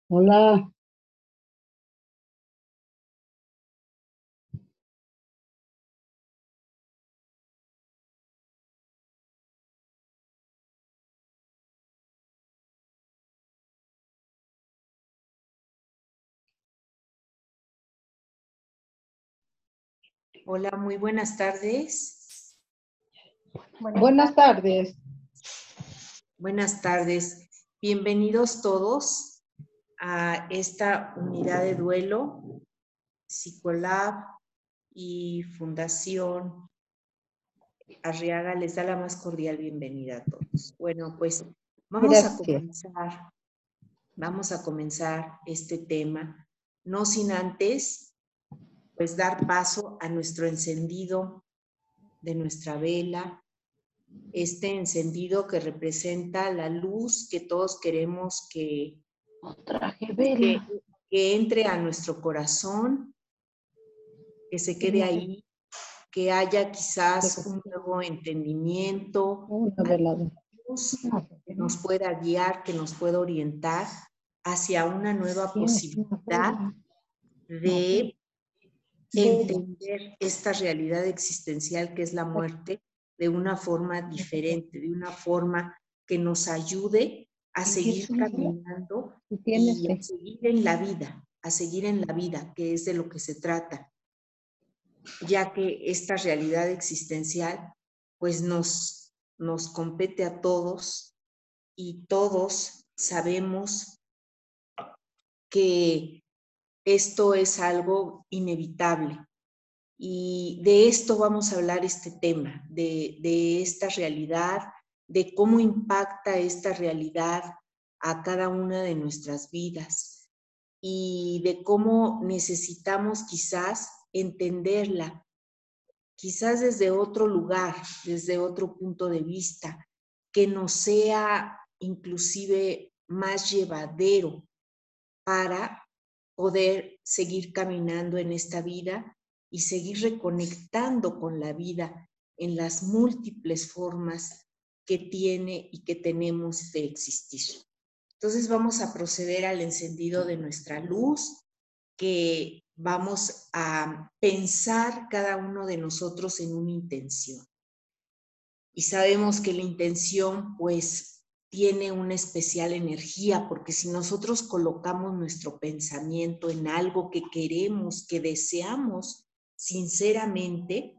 Hola, Hola, muy buenas tardes. buenas tardes. Buenas tardes. Bienvenidos todos a esta unidad de duelo, Psicolab y Fundación Arriaga les da la más cordial bienvenida a todos. Bueno, pues vamos a Gracias. comenzar, este tema, no sin antes, pues dar paso a nuestro encendido de nuestra vela, este encendido que representa la luz que todos queremos que, Traje que, vela. que entre a nuestro corazón, que se quede ahí, que haya quizás un nuevo entendimiento, Una velada. luz que nos pueda guiar, que nos pueda orientar hacia una nueva Tienes una posibilidad vela. de entender esta realidad existencial que es la muerte de una forma diferente, de una forma que nos ayude a seguir caminando y a seguir en la vida, que es de lo que se trata, ya que esta realidad existencial pues nos compete a todos y todos sabemos que esto es algo inevitable. Y de esto vamos a hablar este tema, de esta realidad, de cómo impacta esta realidad a cada una de nuestras vidas y de cómo necesitamos quizás entenderla, quizás desde otro lugar, desde otro punto de vista, que nos sea inclusive más llevadero para poder seguir caminando en esta vida y seguir reconectando con la vida en las múltiples formas que tiene y que tenemos de existir. Entonces vamos a proceder al encendido de nuestra luz, que vamos a pensar cada uno de nosotros en una intención. Y sabemos que la intención, pues, tiene una especial energía, porque si nosotros colocamos nuestro pensamiento en algo que queremos, que deseamos sinceramente,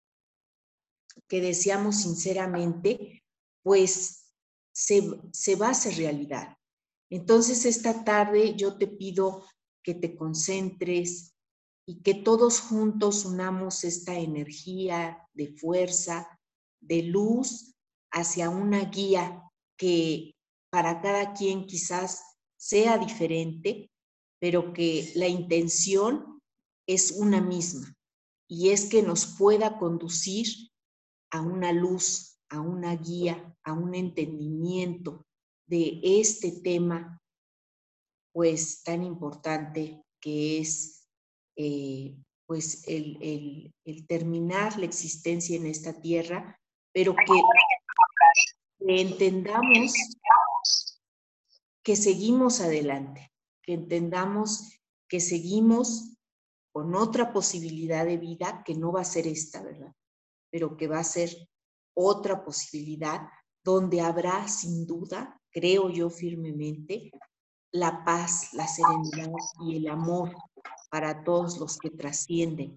pues se va a hacer realidad. Entonces, esta tarde yo te pido que te concentres y que todos juntos unamos esta energía de fuerza, de luz, hacia una guía que para cada quien quizás sea diferente, pero que la intención es una misma, y es que nos pueda conducir a una luz, a una guía, a un entendimiento de este tema, pues tan importante que es pues el terminar la existencia en esta tierra, pero que entendamos que seguimos adelante, que entendamos que seguimos con otra posibilidad de vida que no va a ser esta, ¿verdad? Pero que va a ser otra posibilidad donde habrá sin duda, creo yo firmemente, la paz, la serenidad y el amor para todos los que trascienden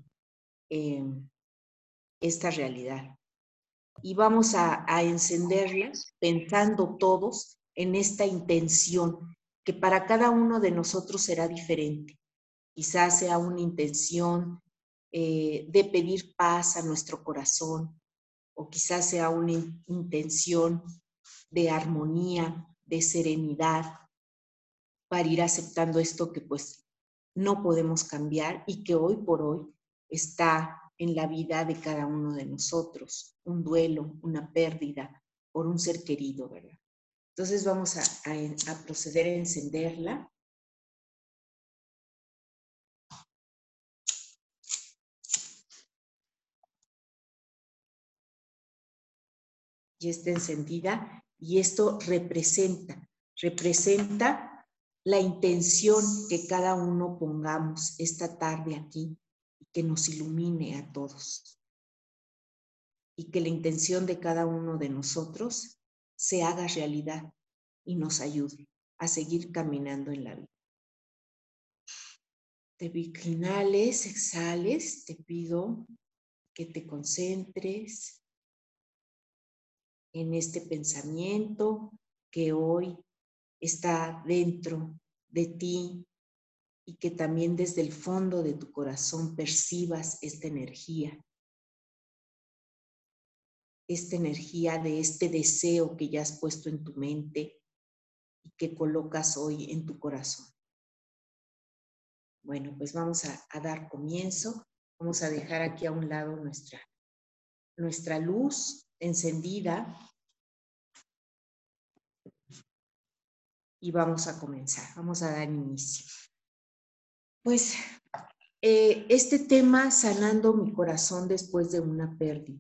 esta realidad. Y vamos a encenderla pensando todos en esta intención que para cada uno de nosotros será diferente. Quizás sea una intención de pedir paz a nuestro corazón, o quizás sea una intención de armonía, de serenidad, para ir aceptando esto que pues no podemos cambiar y que hoy por hoy está en la vida de cada uno de nosotros, un duelo, una pérdida por un ser querido, ¿verdad? Entonces vamos a proceder a encenderla. Y está encendida, y esto representa la intención que cada uno pongamos esta tarde aquí y que nos ilumine a todos. Y que la intención de cada uno de nosotros se haga realidad y nos ayude a seguir caminando en la vida. Te inhales, exhales, te pido que te concentres en este pensamiento que hoy está dentro de ti y que también desde el fondo de tu corazón percibas esta energía de este deseo que ya has puesto en tu mente y que colocas hoy en tu corazón. Bueno, pues vamos a dar comienzo. Vamos a dejar aquí a un lado nuestra luz encendida y vamos a comenzar, vamos a dar inicio. Pues este tema, sanando mi corazón después de una pérdida.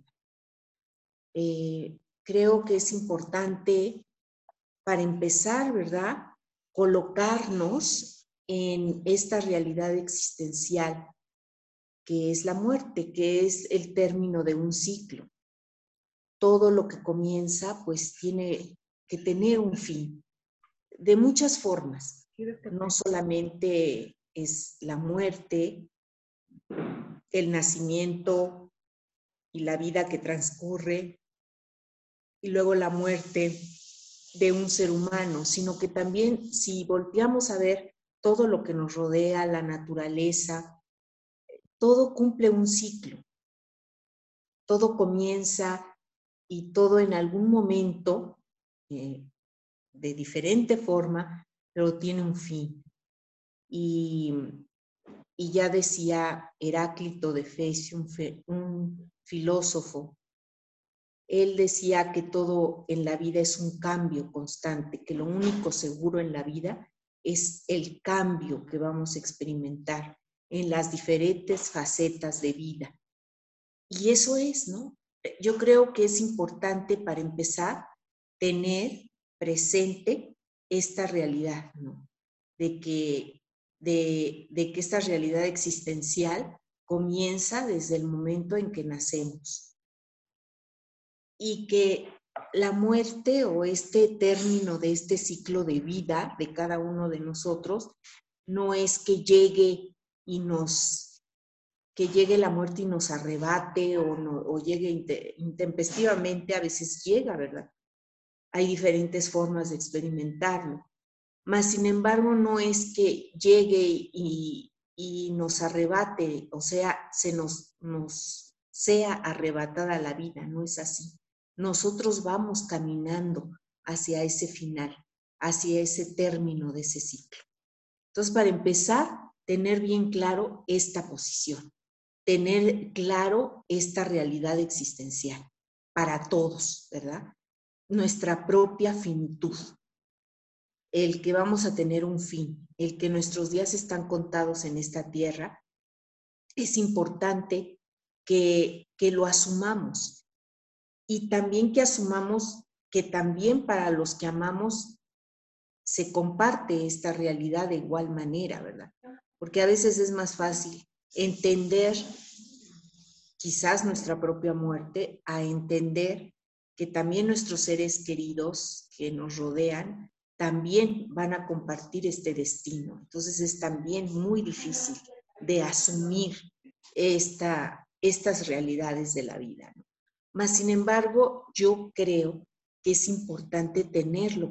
Creo que es importante para empezar, ¿verdad? Colocarnos en esta realidad existencial que es la muerte, que es el término de un ciclo. Todo lo que comienza, pues tiene que tener un fin, de muchas formas. No solamente es la muerte, el nacimiento y la vida que transcurre, y luego la muerte de un ser humano, sino que también si volteamos a ver todo lo que nos rodea, la naturaleza, todo cumple un ciclo. Todo comienza y todo en algún momento, de diferente forma, pero tiene un fin. Y ya decía Heráclito de Efesio, un filósofo, él decía que todo en la vida es un cambio constante, que lo único seguro en la vida es el cambio que vamos a experimentar en las diferentes facetas de vida. Y eso es, ¿no? Yo creo que es importante para empezar tener presente esta realidad, ¿no? De que esta realidad existencial comienza desde el momento en que nacemos. Y que la muerte o este término de este ciclo de vida de cada uno de nosotros no es que llegue la muerte y nos arrebate o llegue intempestivamente, a veces llega, ¿verdad? Hay diferentes formas de experimentarlo. Mas, sin embargo, no es que llegue y nos arrebate, o sea, nos sea arrebatada la vida, no es así. Nosotros vamos caminando hacia ese final, hacia ese término de ese ciclo. Entonces, para empezar, tener bien claro esta posición, tener claro esta realidad existencial para todos, ¿verdad? Nuestra propia finitud, el que vamos a tener un fin, el que nuestros días están contados en esta tierra, es importante que lo asumamos. Y también que asumamos que también para los que amamos se comparte esta realidad de igual manera, ¿verdad? Porque a veces es más fácil entender quizás nuestra propia muerte a entender que también nuestros seres queridos que nos rodean también van a compartir este destino. Entonces es también muy difícil de asumir estas realidades de la vida, ¿no? Mas, sin embargo, yo creo que es importante tenerlo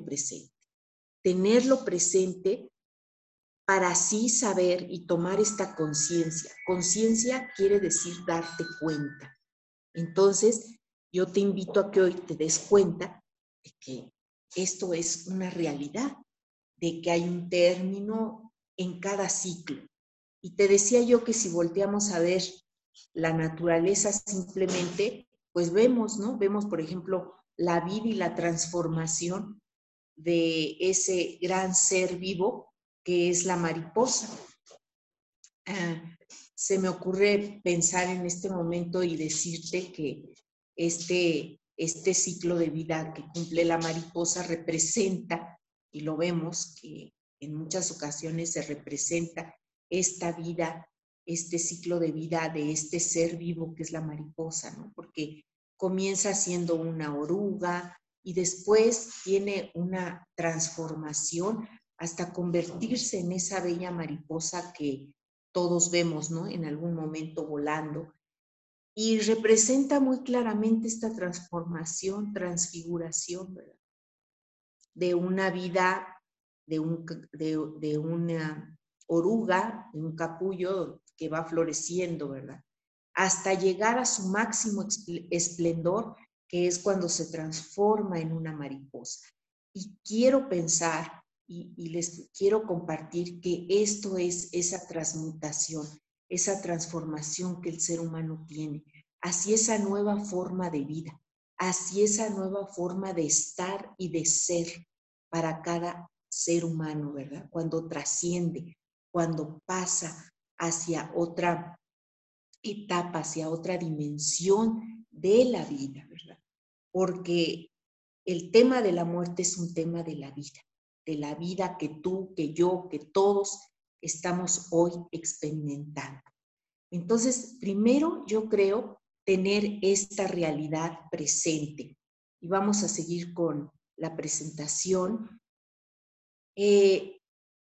presente para así saber y tomar esta conciencia. Conciencia quiere decir darte cuenta. Entonces, yo te invito a que hoy te des cuenta de que esto es una realidad, de que hay un término en cada ciclo. Y te decía yo que si volteamos a ver la naturaleza simplemente, pues vemos, ¿no? Vemos, por ejemplo, la vida y la transformación de ese gran ser vivo que es la mariposa. Se me ocurre pensar en este momento y decirte que este ciclo de vida que cumple la mariposa representa, y lo vemos, que en muchas ocasiones se representa esta vida, este ciclo de vida de este ser vivo que es la mariposa, ¿no? Porque comienza siendo una oruga y después tiene una transformación hasta convertirse en esa bella mariposa que todos vemos, ¿no? En algún momento volando. Y representa muy claramente esta transformación, transfiguración, ¿verdad? De una vida, de una oruga, de un capullo que va floreciendo, ¿verdad? Hasta llegar a su máximo esplendor, que es cuando se transforma en una mariposa. Y quiero pensar y les quiero compartir que esto es esa transmutación, esa transformación que el ser humano tiene, hacia esa nueva forma de vida, hacia esa nueva forma de estar y de ser para cada ser humano, ¿verdad? Cuando trasciende, cuando pasa hacia otra etapa, hacia otra dimensión de la vida, ¿verdad? Porque el tema de la muerte es un tema de la vida que tú, que yo, que todos estamos hoy experimentando. Entonces, primero yo creo tener esta realidad presente. Y vamos a seguir con la presentación. Y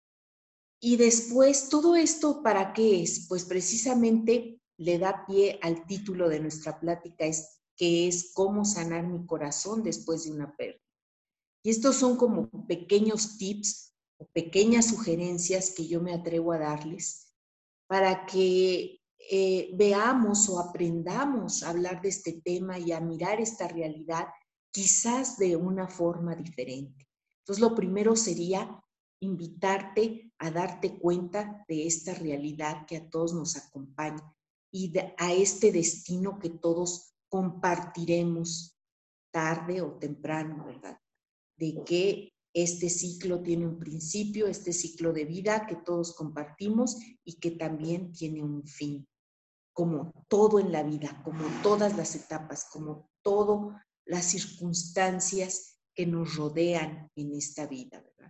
después, ¿todo esto para qué es? Pues precisamente le da pie al título de nuestra plática, que es cómo sanar mi corazón después de una pérdida. Y estos son como pequeños tips o pequeñas sugerencias que yo me atrevo a darles para que veamos o aprendamos a hablar de este tema y a mirar esta realidad quizás de una forma diferente. Entonces, lo primero sería invitarte a darte cuenta de esta realidad que a todos nos acompaña y a este destino que todos compartiremos tarde o temprano, ¿verdad? De que este ciclo tiene un principio, este ciclo de vida que todos compartimos y que también tiene un fin, como todo en la vida, como todas las etapas, como todas las circunstancias que nos rodean en esta vida, ¿verdad?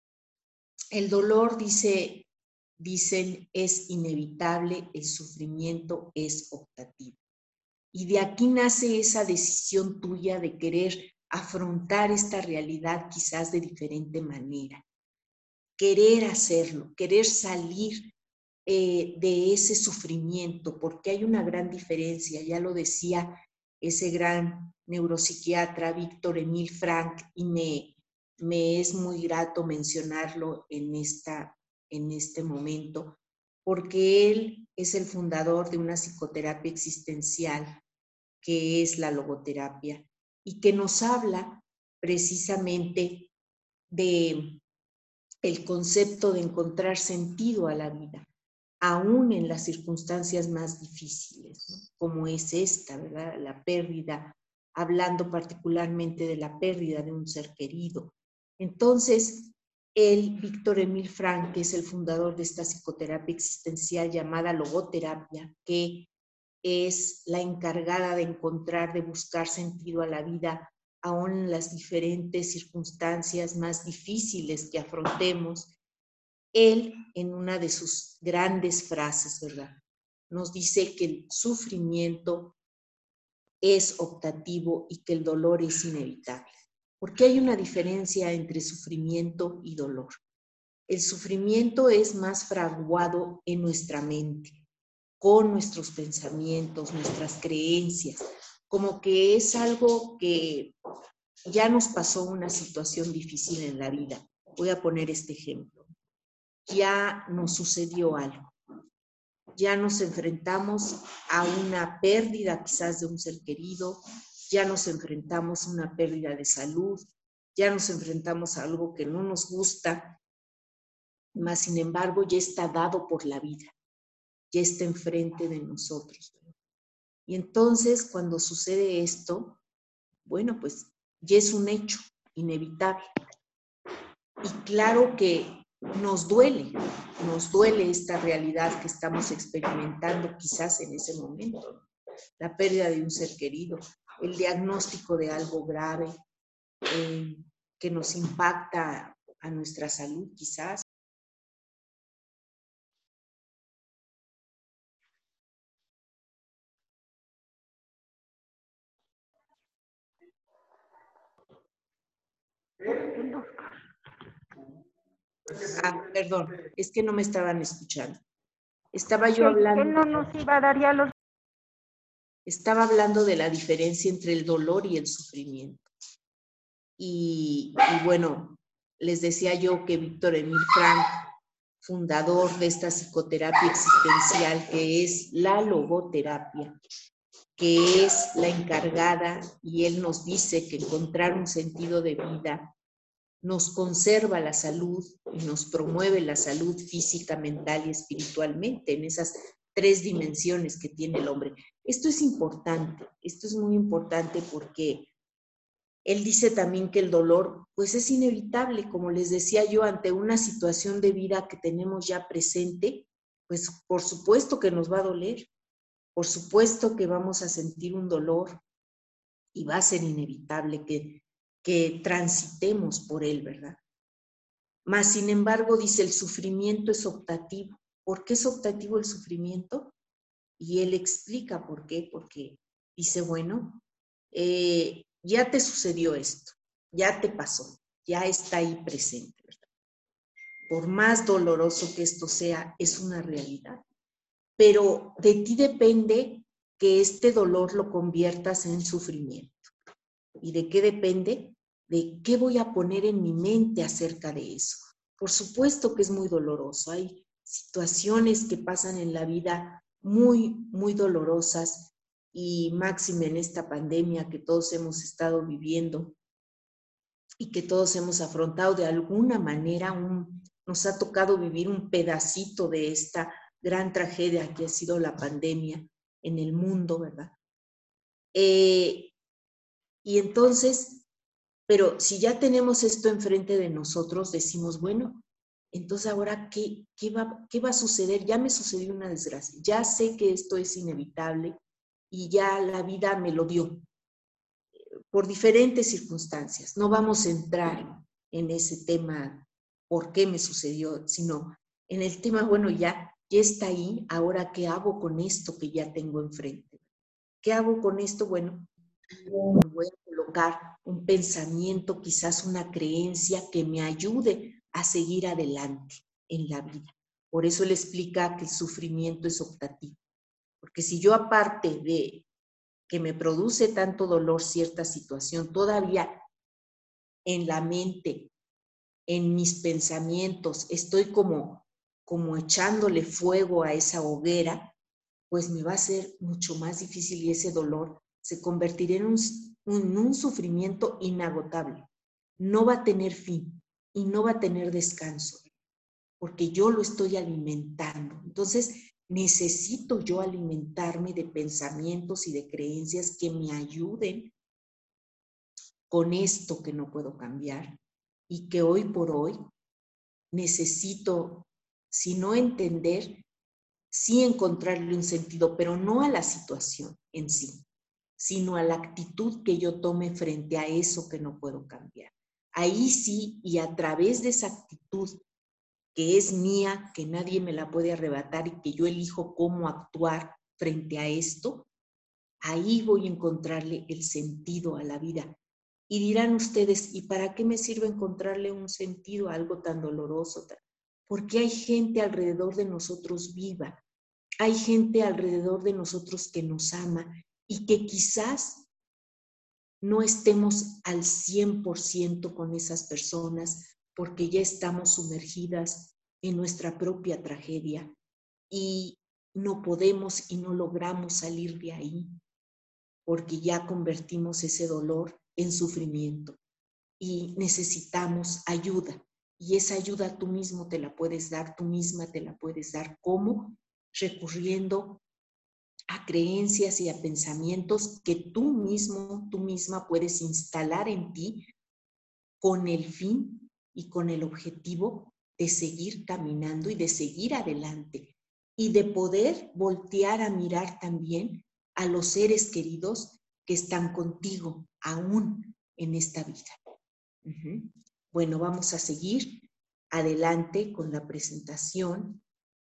El dolor, dicen, es inevitable, el sufrimiento es optativo. Y de aquí nace esa decisión tuya de querer afrontar esta realidad quizás de diferente manera. Querer hacerlo, querer salir de ese sufrimiento, porque hay una gran diferencia, ya lo decía ese gran neuropsiquiatra Víctor Emil Frank, y me es muy grato mencionarlo en este momento, porque él es el fundador de una psicoterapia existencial que es la logoterapia y que nos habla precisamente de el concepto de encontrar sentido a la vida, aún en las circunstancias más difíciles, ¿no? Como es esta, ¿verdad? La pérdida, hablando particularmente de la pérdida de un ser querido. Entonces, Víctor Emil Frank, que es el fundador de esta psicoterapia existencial llamada logoterapia, que es la encargada de encontrar, de buscar sentido a la vida, aún en las diferentes circunstancias más difíciles que afrontemos. Él, en una de sus grandes frases, ¿verdad?, nos dice que el sufrimiento es optativo y que el dolor es inevitable. ¿Por qué hay una diferencia entre sufrimiento y dolor? El sufrimiento es más fraguado en nuestra mente, con nuestros pensamientos, nuestras creencias, como que es algo que ya nos pasó una situación difícil en la vida. Voy a poner este ejemplo. Ya nos sucedió algo. Ya nos enfrentamos a una pérdida quizás de un ser querido, ya nos enfrentamos a una pérdida de salud, ya nos enfrentamos a algo que no nos gusta, mas sin embargo ya está dado por la vida, ya está enfrente de nosotros. Y entonces cuando sucede esto, bueno, pues ya es un hecho inevitable. Y claro que nos duele esta realidad que estamos experimentando quizás en ese momento, la pérdida de un ser querido, el diagnóstico de algo grave que nos impacta a nuestra salud quizás. Oscar. Ah, perdón, es que no me estaban escuchando. Estaba yo Que hablando. no nos iba a dar ya los... Estaba hablando de la diferencia entre el dolor y el sufrimiento. Y bueno, les decía yo que Víctor Emil Frank, fundador de esta psicoterapia existencial, que es la logoterapia, que es la encargada, y él nos dice que encontrar un sentido de vida nos conserva la salud y nos promueve la salud física, mental y espiritualmente en esas 3 dimensiones que tiene el hombre. Esto es importante, esto es muy importante porque él dice también que el dolor pues es inevitable, como les decía yo, ante una situación de vida que tenemos ya presente, pues por supuesto que nos va a doler, por supuesto que vamos a sentir un dolor y va a ser inevitable que transitemos por él, ¿verdad? Mas, sin embargo, dice, el sufrimiento es optativo. ¿Por qué es optativo el sufrimiento? Y él explica por qué, porque dice, bueno, ya te sucedió esto, ya te pasó, ya está ahí presente, ¿verdad? Por más doloroso que esto sea, es una realidad. Pero de ti depende que este dolor lo conviertas en sufrimiento. ¿Y de qué depende? De qué voy a poner en mi mente acerca de eso. Por supuesto que es muy doloroso. Hay situaciones que pasan en la vida muy, muy dolorosas y máxime en esta pandemia que todos hemos estado viviendo y que todos hemos afrontado de alguna manera. Nos ha tocado vivir un pedacito de esta gran tragedia que ha sido la pandemia en el mundo, ¿verdad? Y entonces, pero si ya tenemos esto enfrente de nosotros, decimos, bueno, entonces ahora, ¿qué va a suceder? Ya me sucedió una desgracia, ya sé que esto es inevitable y ya la vida me lo dio por diferentes circunstancias. No vamos a entrar en ese tema, por qué me sucedió, sino en el tema, bueno, ya está ahí, ahora, ¿qué hago con esto que ya tengo enfrente? ¿Qué hago con esto? Bueno, voy a colocar un pensamiento, quizás una creencia que me ayude a seguir adelante en la vida. Por eso él explica que el sufrimiento es optativo. Porque si yo, aparte de que me produce tanto dolor cierta situación, todavía en la mente, en mis pensamientos, estoy como echándole fuego a esa hoguera, pues me va a ser mucho más difícil y ese dolor se convertirá en un sufrimiento inagotable. No va a tener fin y no va a tener descanso, porque yo lo estoy alimentando. Entonces, necesito yo alimentarme de pensamientos y de creencias que me ayuden con esto que no puedo cambiar y que hoy por hoy necesito, si no entender, sí encontrarle un sentido, pero no a la situación en sí, sino a la actitud que yo tome frente a eso que no puedo cambiar. Ahí sí, y a través de esa actitud que es mía, que nadie me la puede arrebatar y que yo elijo cómo actuar frente a esto, ahí voy a encontrarle el sentido a la vida. Y dirán ustedes, ¿y para qué me sirve encontrarle un sentido a algo tan doloroso? Porque hay gente alrededor de nosotros viva, hay gente alrededor de nosotros que nos ama y que quizás no estemos al 100% con esas personas porque ya estamos sumergidas en nuestra propia tragedia y no podemos y no logramos salir de ahí porque ya convertimos ese dolor en sufrimiento y necesitamos ayuda. Y esa ayuda tú mismo te la puedes dar, tú misma te la puedes dar. ¿Cómo? Recurriendo a creencias y a pensamientos que tú mismo, tú misma puedes instalar en ti con el fin y con el objetivo de seguir caminando y de seguir adelante y de poder voltear a mirar también a los seres queridos que están contigo aún en esta vida. Bueno, vamos a seguir adelante con la presentación.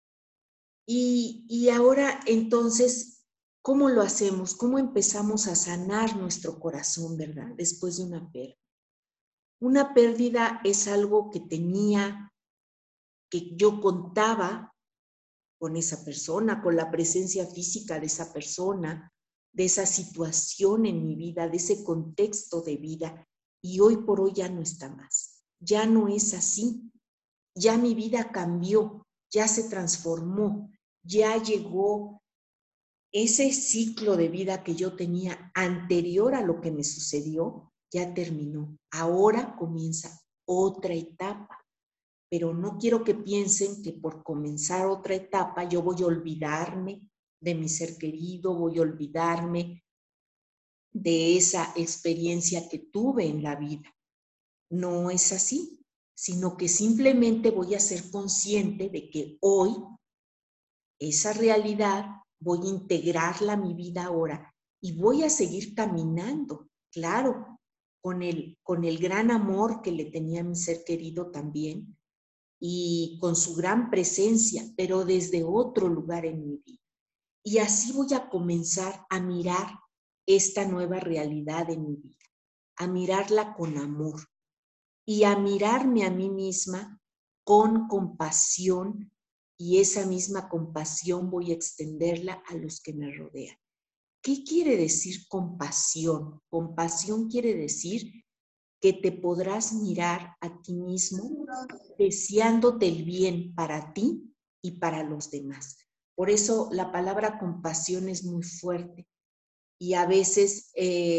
Y ahora, entonces, ¿cómo lo hacemos? ¿Cómo empezamos a sanar nuestro corazón, verdad? Después de una pérdida. Una pérdida es algo que tenía, que yo contaba con esa persona, con la presencia física de esa persona, de esa situación en mi vida, de ese contexto de vida, y hoy por hoy ya no está más. Ya no es así. Ya mi vida cambió, ya se transformó, ya llegó ese ciclo de vida que yo tenía anterior a lo que me sucedió, ya terminó. Ahora comienza otra etapa. Pero no quiero que piensen que por comenzar otra etapa yo voy a olvidarme de mi ser querido, voy a olvidarme de esa experiencia que tuve en la vida. No es así, sino que simplemente voy a ser consciente de que hoy esa realidad voy a integrarla a mi vida ahora y voy a seguir caminando, claro, con el gran amor que le tenía a mi ser querido también, y con su gran presencia, pero desde otro lugar en mi vida. Y así voy a comenzar a mirar esta nueva realidad en mi vida, a mirarla con amor y a mirarme a mí misma con compasión, y esa misma compasión voy a extenderla a los que me rodean. ¿Qué quiere decir compasión? Compasión quiere decir que te podrás mirar a ti mismo deseándote el bien para ti y para los demás. Por eso la palabra compasión es muy fuerte y a veces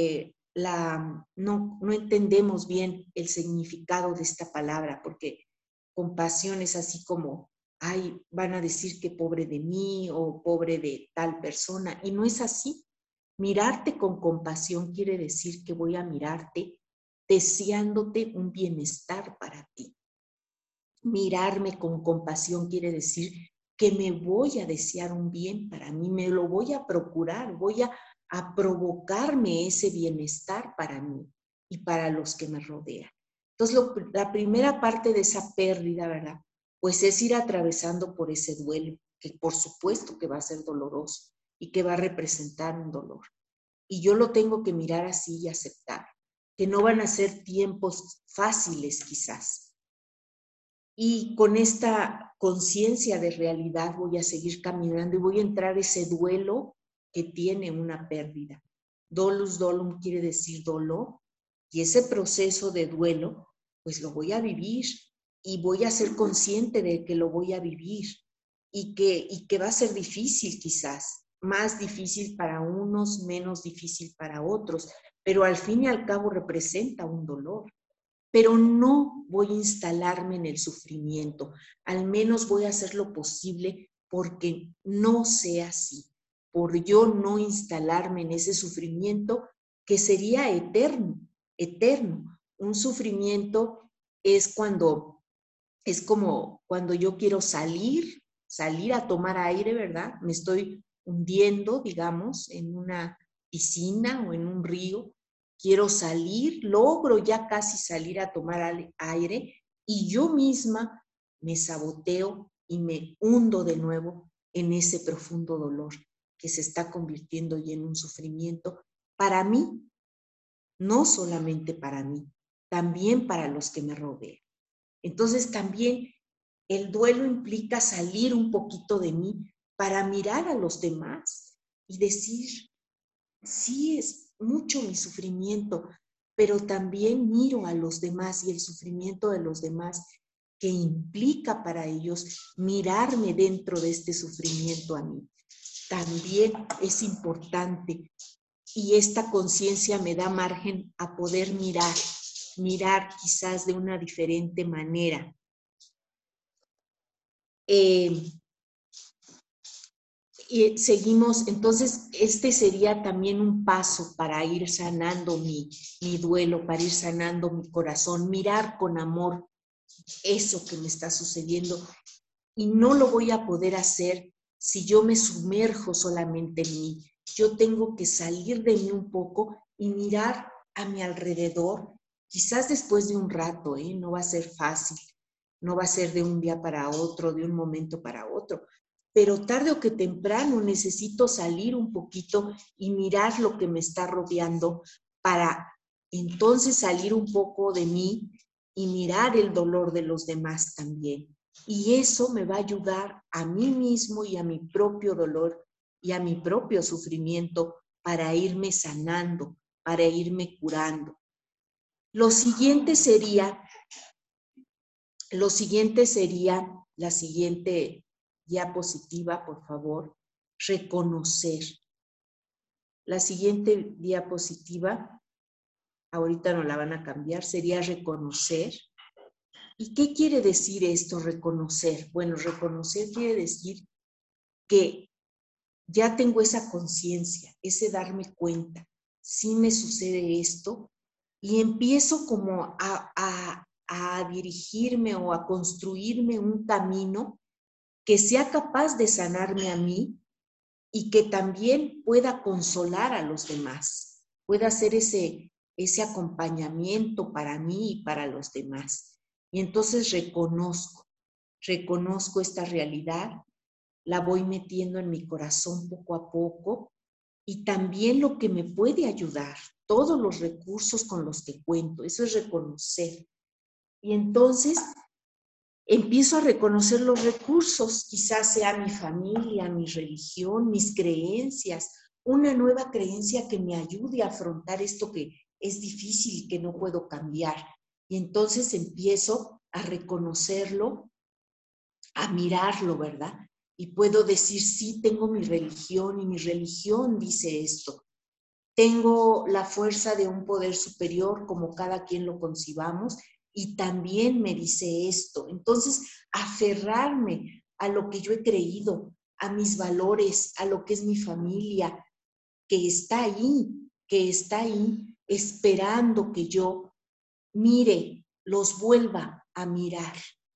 no entendemos bien el significado de esta palabra, porque compasión es así como, ay, van a decir que pobre de mí o pobre de tal persona, y no es así. Mirarte con compasión quiere decir que voy a mirarte deseándote un bienestar para ti. Mirarme con compasión quiere decir que me voy a desear un bien para mí, me lo voy a procurar, voy a provocarme ese bienestar para mí y para los que me rodean. Entonces, la primera parte de esa pérdida, ¿verdad? Pues es ir atravesando por ese duelo, que por supuesto que va a ser doloroso y que va a representar un dolor. Y yo lo tengo que mirar así y aceptar, que no van a ser tiempos fáciles quizás. Y con esta conciencia de realidad voy a seguir caminando y voy a entrar ese duelo que tiene una pérdida. Dolus dolum quiere decir dolor, y ese proceso de duelo, pues lo voy a vivir y voy a ser consciente de que lo voy a vivir y que va a ser difícil quizás, más difícil para unos, menos difícil para otros, pero al fin y al cabo representa un dolor. Pero no voy a instalarme en el sufrimiento, al menos voy a hacer lo posible porque no sea así, por yo no instalarme en ese sufrimiento que sería eterno, eterno. Un sufrimiento es como cuando yo quiero salir a tomar aire, ¿verdad? Me estoy hundiendo, digamos, en una piscina o en un río. Quiero salir, logro ya casi salir a tomar aire y yo misma me saboteo y me hundo de nuevo en ese profundo dolor que se está convirtiendo ya en un sufrimiento para mí, no solamente para mí, también para los que me rodean. Entonces también el duelo implica salir un poquito de mí para mirar a los demás y decir, sí, es mucho mi sufrimiento, pero también miro a los demás y el sufrimiento de los demás que implica para ellos mirarme dentro de este sufrimiento a mí. También es importante y esta conciencia me da margen a poder mirar quizás de una diferente manera. Y seguimos, entonces este sería también un paso para ir sanando mi duelo, para ir sanando mi corazón, mirar con amor eso que me está sucediendo, y no lo voy a poder hacer si yo me sumerjo solamente en mí. Yo tengo que salir de mí un poco y mirar a mi alrededor, quizás después de un rato, no va a ser fácil, no va a ser de un día para otro, de un momento para otro, pero tarde o que temprano necesito salir un poquito y mirar lo que me está rodeando para entonces salir un poco de mí y mirar el dolor de los demás también. Y eso me va a ayudar a mí mismo y a mi propio dolor y a mi propio sufrimiento para irme sanando, para irme curando. Lo siguiente sería la siguiente diapositiva, por favor, reconocer. La siguiente diapositiva, ahorita no la van a cambiar, sería reconocer. ¿Y qué quiere decir esto, reconocer? Bueno, reconocer quiere decir que ya tengo esa conciencia, ese darme cuenta, sí me sucede esto, y empiezo como a dirigirme o a construirme un camino que sea capaz de sanarme a mí y que también pueda consolar a los demás, pueda hacer ese acompañamiento para mí y para los demás. Y entonces reconozco esta realidad, la voy metiendo en mi corazón poco a poco, y también lo que me puede ayudar, todos los recursos con los que cuento, eso es reconocer. Y entonces empiezo a reconocer los recursos, quizás sea mi familia, mi religión, mis creencias, una nueva creencia que me ayude a afrontar esto que es difícil y que no puedo cambiar. Y entonces empiezo a reconocerlo, a mirarlo, ¿verdad? Y puedo decir, sí, tengo mi religión y mi religión dice esto. Tengo la fuerza de un poder superior, como cada quien lo concibamos, y también me dice esto. Entonces, aferrarme a lo que yo he creído, a mis valores, a lo que es mi familia, que está ahí esperando que yo mire, los vuelva a mirar.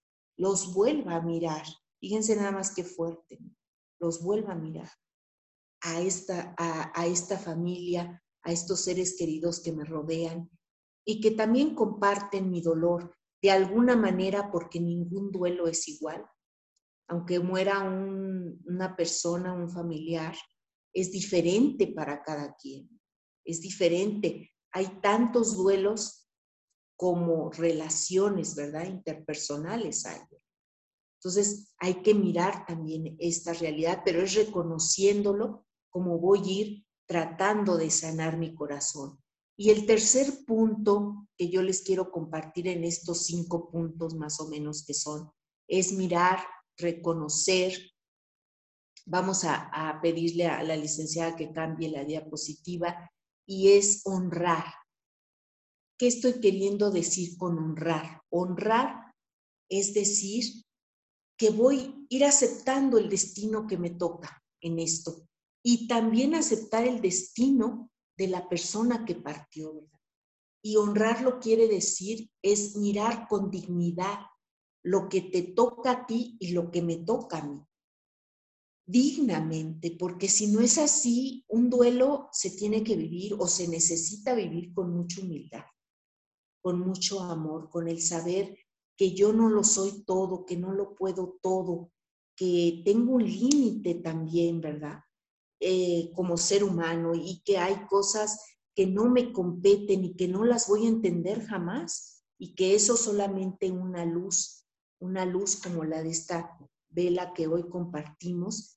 Fíjense nada más qué fuerte, los vuelva a mirar a esta familia, a estos seres queridos que me rodean y que también comparten mi dolor de alguna manera, porque ningún duelo es igual. Aunque muera una persona, un familiar, es diferente para cada quien, es diferente. Hay tantos duelos como relaciones, ¿verdad? Interpersonales hay. Entonces hay que mirar también esta realidad, pero es reconociéndolo como voy a ir tratando de sanar mi corazón. Y el tercer punto que yo les quiero compartir en estos 5 puntos más o menos que son, es mirar, reconocer. Vamos a pedirle a la licenciada que cambie la diapositiva, y es honrar. ¿Qué estoy queriendo decir con honrar? Honrar es decir que voy a ir aceptando el destino que me toca en esto, y también aceptar el destino de la persona que partió, ¿verdad? Y honrarlo quiere decir, es mirar con dignidad lo que te toca a ti y lo que me toca a mí, dignamente, porque si no es así, un duelo se tiene que vivir o se necesita vivir con mucha humildad, con mucho amor, con el saber que yo no lo soy todo, que no lo puedo todo, que tengo un límite también, ¿verdad? Como ser humano, y que hay cosas que no me competen y que no las voy a entender jamás, y que eso solamente una luz como la de esta vela que hoy compartimos,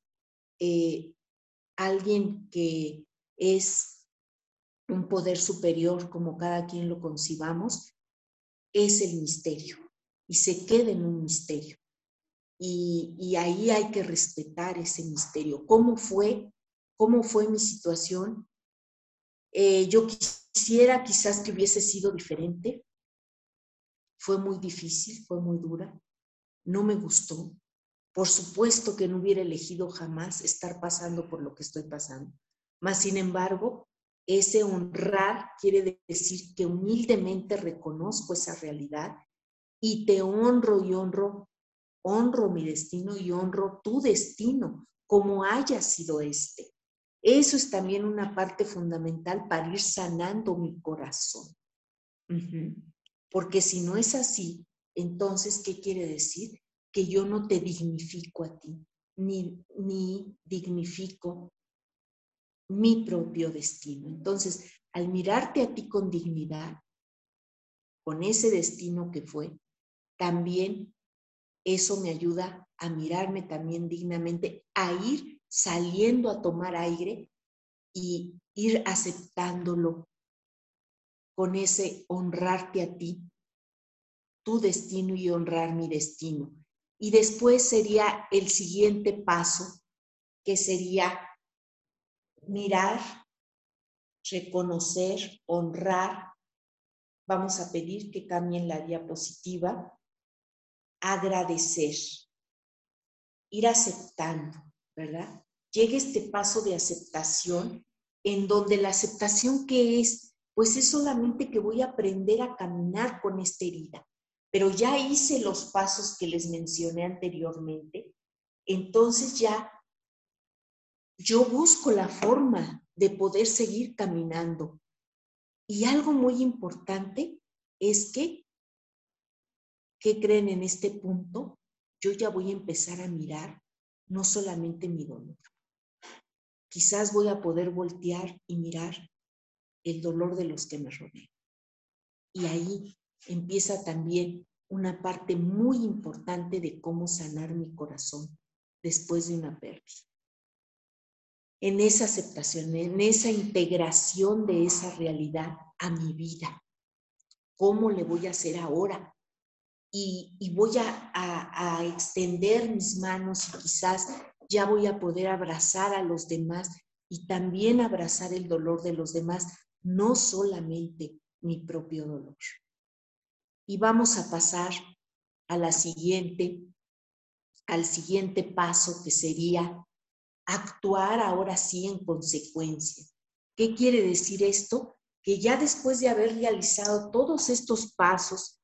alguien que es un poder superior como cada quien lo concibamos, es el misterio y se queda en un misterio. Y ahí hay que respetar ese misterio. ¿Cómo fue mi situación? Yo quisiera quizás que hubiese sido diferente. Fue muy difícil, fue muy dura. No me gustó. Por supuesto que no hubiera elegido jamás estar pasando por lo que estoy pasando. Mas, sin embargo, ese honrar quiere decir que humildemente reconozco esa realidad y te honro y honro mi destino y honro tu destino, como haya sido este. Eso es también una parte fundamental para ir sanando mi corazón. Porque si no es así, entonces, ¿qué quiere decir? Que yo no te dignifico a ti, ni dignifico mi propio destino. Entonces, al mirarte a ti con dignidad, con ese destino que fue, también eso me ayuda a mirarme también dignamente, a ir saliendo a tomar aire y ir aceptándolo con ese honrarte a ti, tu destino y honrar mi destino. Y después sería el siguiente paso, que sería mirar, reconocer, honrar. Vamos a pedir que cambien la diapositiva. Agradecer, ir aceptando, ¿verdad? Llega este paso de aceptación, en donde la aceptación, ¿qué es? Pues es solamente que voy a aprender a caminar con esta herida, pero ya hice los pasos que les mencioné anteriormente, entonces ya yo busco la forma de poder seguir caminando. Y algo muy importante es que, ¿qué creen en este punto? Yo ya voy a empezar a mirar no solamente mi dolor. Quizás voy a poder voltear y mirar el dolor de los que me rodean. Y ahí empieza también una parte muy importante de cómo sanar mi corazón después de una pérdida. En esa aceptación, en esa integración de esa realidad a mi vida. ¿Cómo le voy a hacer ahora? Y voy a extender mis manos y quizás ya voy a poder abrazar a los demás y también abrazar el dolor de los demás, no solamente mi propio dolor. Y vamos a pasar a al siguiente paso, que sería actuar ahora sí en consecuencia. ¿Qué quiere decir esto? Que ya después de haber realizado todos estos pasos,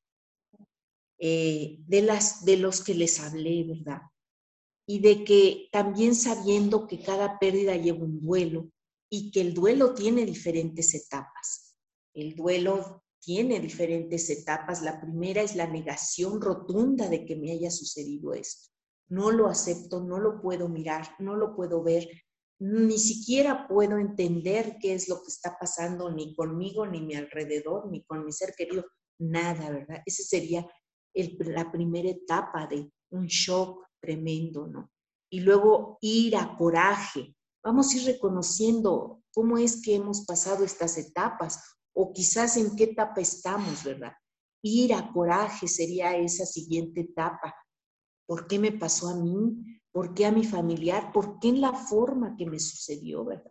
de los que les hablé, ¿verdad? Y de que también sabiendo que cada pérdida lleva un duelo y que el duelo tiene diferentes etapas. El duelo tiene diferentes etapas. La primera es la negación rotunda de que me haya sucedido esto. No lo acepto, no lo puedo mirar, no lo puedo ver, ni siquiera puedo entender qué es lo que está pasando ni conmigo, ni mi alrededor, ni con mi ser querido, nada, ¿verdad? Ese sería la primera etapa de un shock tremendo, ¿no? Y luego ira, coraje. Vamos a ir reconociendo cómo es que hemos pasado estas etapas o quizás en qué etapa estamos, ¿verdad? Ira, coraje sería esa siguiente etapa. ¿Por qué me pasó a mí? ¿Por qué a mi familiar? ¿Por qué en la forma que me sucedió, verdad?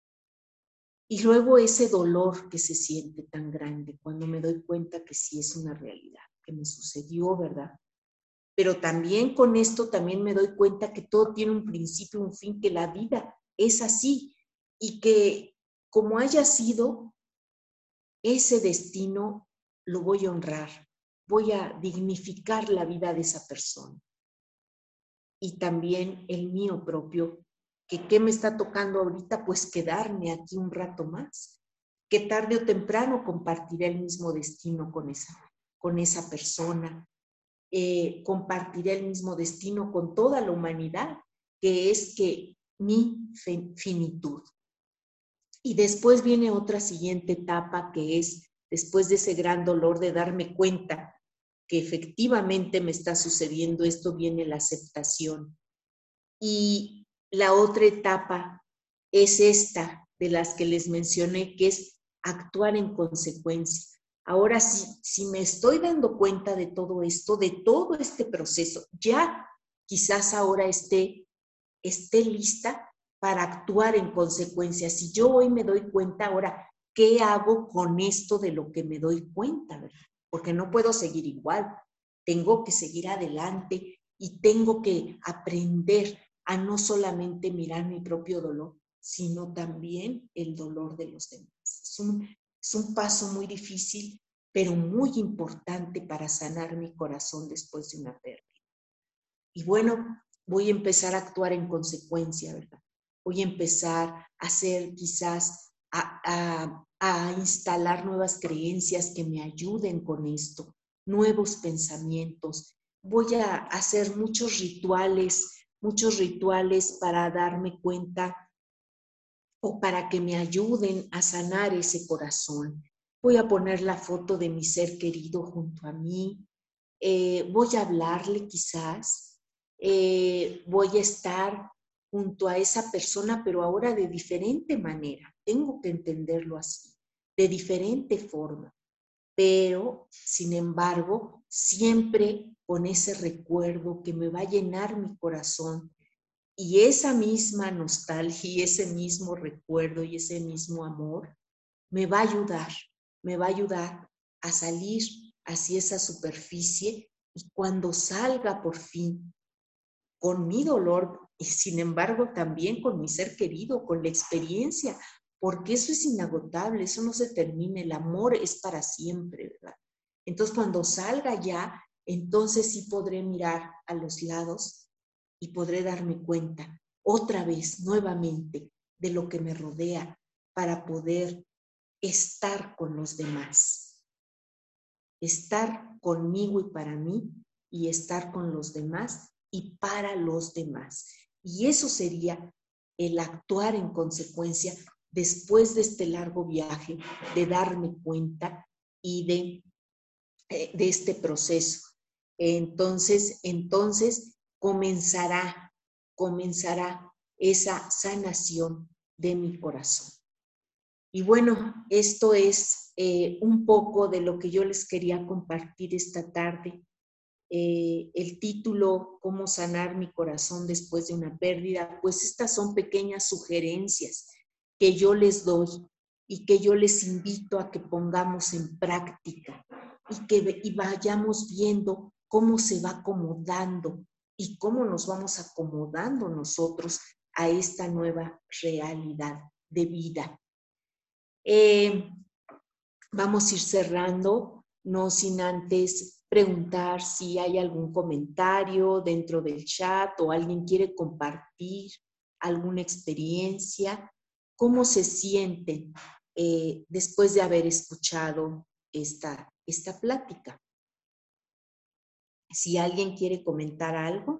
Y luego ese dolor que se siente tan grande cuando me doy cuenta que sí es una realidad, que me sucedió, ¿verdad? Pero también con esto también me doy cuenta que todo tiene un principio, un fin, que la vida es así y que como haya sido, ese destino lo voy a honrar, voy a dignificar la vida de esa persona. Y también el mío propio, que qué me está tocando ahorita, pues quedarme aquí un rato más, que tarde o temprano compartiré el mismo destino con esa persona, compartiré el mismo destino con toda la humanidad, que es que mi finitud. Y después viene otra siguiente etapa, que es después de ese gran dolor de darme cuenta que efectivamente me está sucediendo esto, viene la aceptación. Y la otra etapa es esta de las que les mencioné, que es actuar en consecuencia. Ahora, si me estoy dando cuenta de todo esto, de todo este proceso, ya quizás ahora esté lista para actuar en consecuencia. Si yo hoy me doy cuenta, ahora, ¿qué hago con esto de lo que me doy cuenta, verdad? Porque no puedo seguir igual. Tengo que seguir adelante y tengo que aprender a no solamente mirar mi propio dolor, sino también el dolor de los demás. Es un paso muy difícil, pero muy importante para sanar mi corazón después de una pérdida. Y bueno, voy a empezar a actuar en consecuencia, ¿verdad? Voy a empezar a hacer quizás, a instalar nuevas creencias que me ayuden con esto, nuevos pensamientos. Voy a hacer muchos rituales para darme cuenta o para que me ayuden a sanar ese corazón. Voy a poner la foto de mi ser querido junto a mí, voy a hablarle quizás, voy a estar junto a esa persona, pero ahora de diferente manera. Tengo que entenderlo así, de diferente forma. Pero, sin embargo, siempre con ese recuerdo que me va a llenar mi corazón y esa misma nostalgia y ese mismo recuerdo y ese mismo amor me va a ayudar a salir hacia esa superficie y cuando salga por fin con mi dolor y sin embargo también con mi ser querido, con la experiencia, porque eso es inagotable, eso no se termina, el amor es para siempre, ¿verdad? Entonces cuando salga ya, entonces sí podré mirar a los lados y podré darme cuenta otra vez, nuevamente, de lo que me rodea para poder estar con los demás, estar conmigo y para mí y estar con los demás y para los demás. Y eso sería el actuar en consecuencia después de este largo viaje, de darme cuenta y de este proceso. Entonces comenzará esa sanación de mi corazón. Y bueno, esto es un poco de lo que yo les quería compartir esta tarde. El título, ¿Cómo sanar mi corazón después de una pérdida? Pues estas son pequeñas sugerencias que yo les doy y que yo les invito a que pongamos en práctica y vayamos viendo cómo se va acomodando y cómo nos vamos acomodando nosotros a esta nueva realidad de vida. Vamos a ir cerrando, no sin antes preguntar si hay algún comentario dentro del chat o alguien quiere compartir alguna experiencia. ¿Cómo se sienten después de haber escuchado esta plática? Si alguien quiere comentar algo,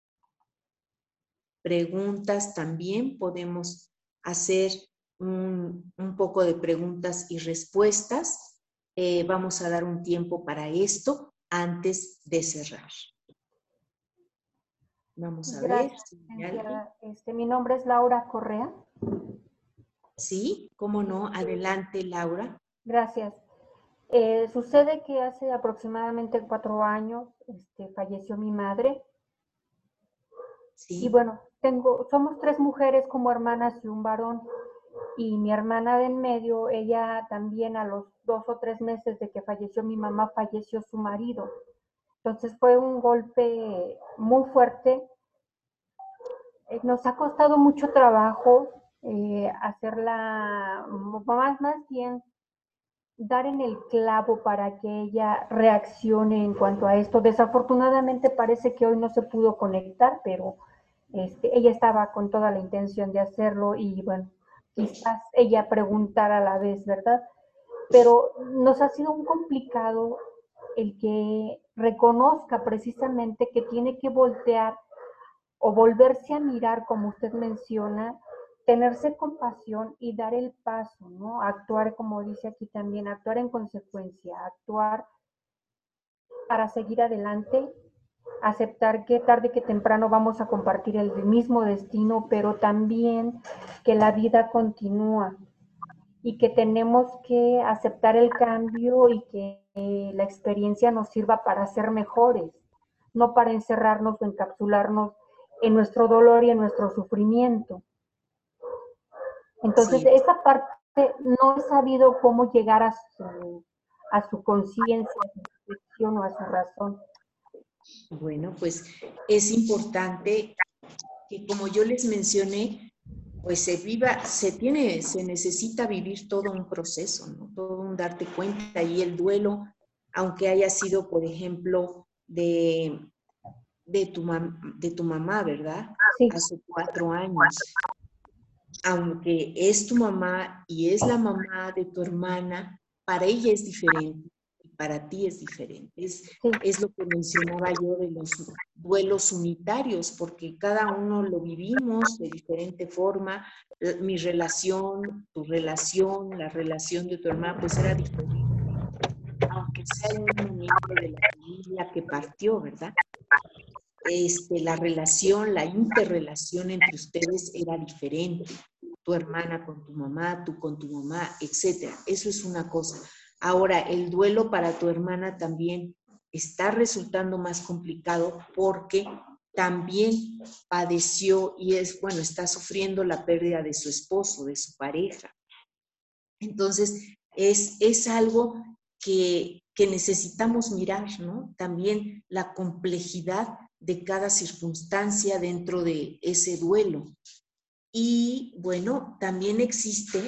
preguntas también, podemos hacer un poco de preguntas y respuestas. Vamos a dar un tiempo para esto antes de cerrar. Vamos a ver. Si mi nombre es Laura Correa. Sí, cómo no. Adelante, Laura. Gracias. Sucede que hace aproximadamente 4 años falleció mi madre. Sí. Y bueno, somos 3 mujeres como hermanas y un varón. Y mi hermana de en medio, ella también a los 2 o 3 meses de que falleció mi mamá, falleció su marido. Entonces fue un golpe muy fuerte. Nos ha costado mucho trabajo hacerla, más bien dar en el clavo para que ella reaccione en cuanto a esto. Desafortunadamente parece que hoy no se pudo conectar, pero ella estaba con toda la intención de hacerlo y bueno, quizás ella preguntara a la vez, ¿verdad? Pero nos ha sido un complicado el que reconozca precisamente que tiene que voltear o volverse a mirar, como usted menciona, tenerse compasión y dar el paso, ¿no? Actuar, como dice aquí también, actuar en consecuencia, actuar para seguir adelante, aceptar que tarde que temprano vamos a compartir el mismo destino, pero también que la vida continúa y que tenemos que aceptar el cambio y que la experiencia nos sirva para ser mejores, no para encerrarnos o encapsularnos en nuestro dolor y en nuestro sufrimiento. Entonces, sí, esa parte no he sabido cómo llegar a su conciencia, a su reflexión o a su razón. Bueno, pues es importante que, como yo les mencioné, pues se necesita vivir todo un proceso, ¿no? Todo un darte cuenta, y el duelo, aunque haya sido, por ejemplo, de tu mamá, ¿verdad? Sí. Hace 4 años. Aunque es tu mamá y es la mamá de tu hermana, para ella es diferente. para ti es diferente. Sí. Es lo que mencionaba yo de los duelos unitarios, porque cada uno lo vivimos de diferente forma. Mi relación, tu relación, la relación de tu hermana, pues era diferente, aunque sea el mismo miembro de la familia que partió, ¿verdad? La relación, la interrelación entre ustedes era diferente. Tu hermana con tu mamá, tú con tu mamá, etcétera. Eso es una cosa. Ahora, el duelo para tu hermana también está resultando más complicado porque también padeció y está sufriendo la pérdida de su esposo, de su pareja. Entonces, es algo que necesitamos mirar, ¿no? También la complejidad de cada circunstancia dentro de ese duelo. Y bueno, también existe,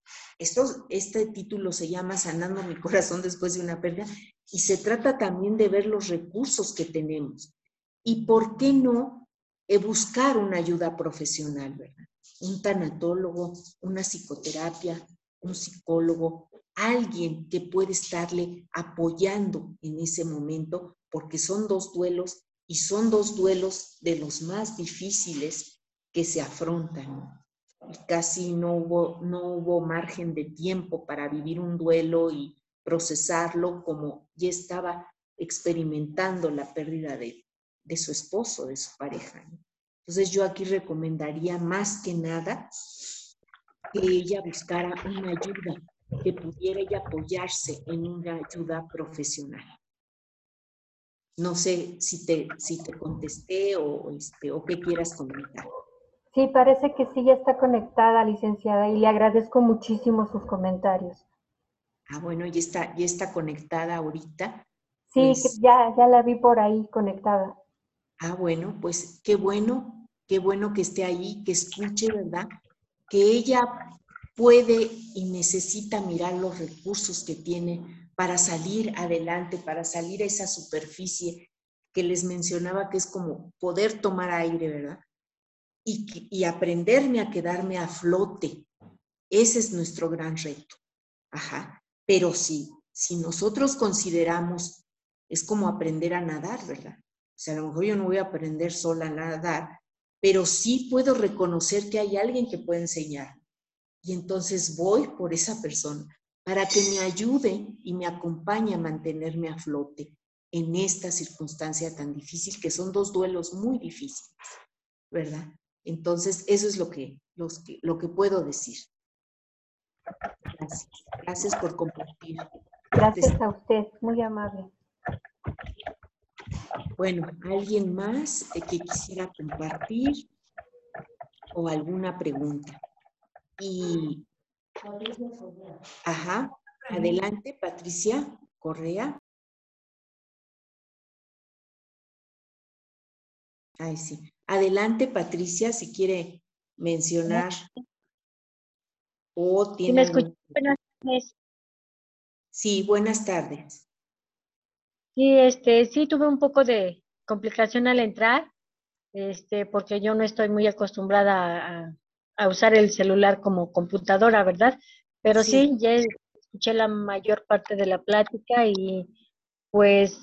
este título se llama Sanando mi corazón después de una pérdida, y se trata también de ver los recursos que tenemos. Y por qué no buscar una ayuda profesional, ¿verdad? Un tanatólogo, una psicoterapia, un psicólogo, alguien que puede estarle apoyando en ese momento, porque son dos duelos y son dos duelos de los más difíciles que se afrontan, ¿no? Y casi no hubo margen de tiempo para vivir un duelo y procesarlo como ya estaba experimentando la pérdida de su esposo, de su pareja, ¿no? Entonces yo aquí recomendaría más que nada que ella buscara una ayuda, que pudiera ella apoyarse en una ayuda profesional. No sé si te contesté o qué quieras comentar. Sí, parece que sí ya está conectada, licenciada, y le agradezco muchísimo sus comentarios. Ah, bueno, ya está conectada ahorita. Sí, Pues, ya la vi por ahí conectada. ah, bueno, pues qué bueno que esté ahí, que escuche, ¿verdad? Que ella puede y necesita mirar los recursos que tiene para salir adelante, para salir a esa superficie que les mencionaba que es como poder tomar aire, ¿verdad? Y aprenderme a quedarme a flote. Ese es nuestro gran reto. Ajá. Pero si nosotros consideramos, es como aprender a nadar, ¿verdad? O sea, a lo mejor yo no voy a aprender sola a nadar, pero sí puedo reconocer que hay alguien que puede enseñar. Y entonces voy por esa persona para que me ayude y me acompañe a mantenerme a flote en esta circunstancia tan difícil, que son dos duelos muy difíciles, ¿verdad? Entonces, eso es lo que puedo decir. Gracias. Gracias por compartir. Gracias a usted, muy amable. Bueno, ¿alguien más que quisiera compartir o alguna pregunta? Y, ajá, adelante, Patricia Correa. Ay, sí. Adelante, Patricia, si quiere mencionar o ¿Sí tiene me algún... escuchan? Buenas tardes. Sí, buenas tardes. Sí, sí tuve un poco de complicación al entrar, porque yo no estoy muy acostumbrada a usar el celular como computadora, ¿verdad? Pero Sí, sí, ya escuché la mayor parte de la plática y pues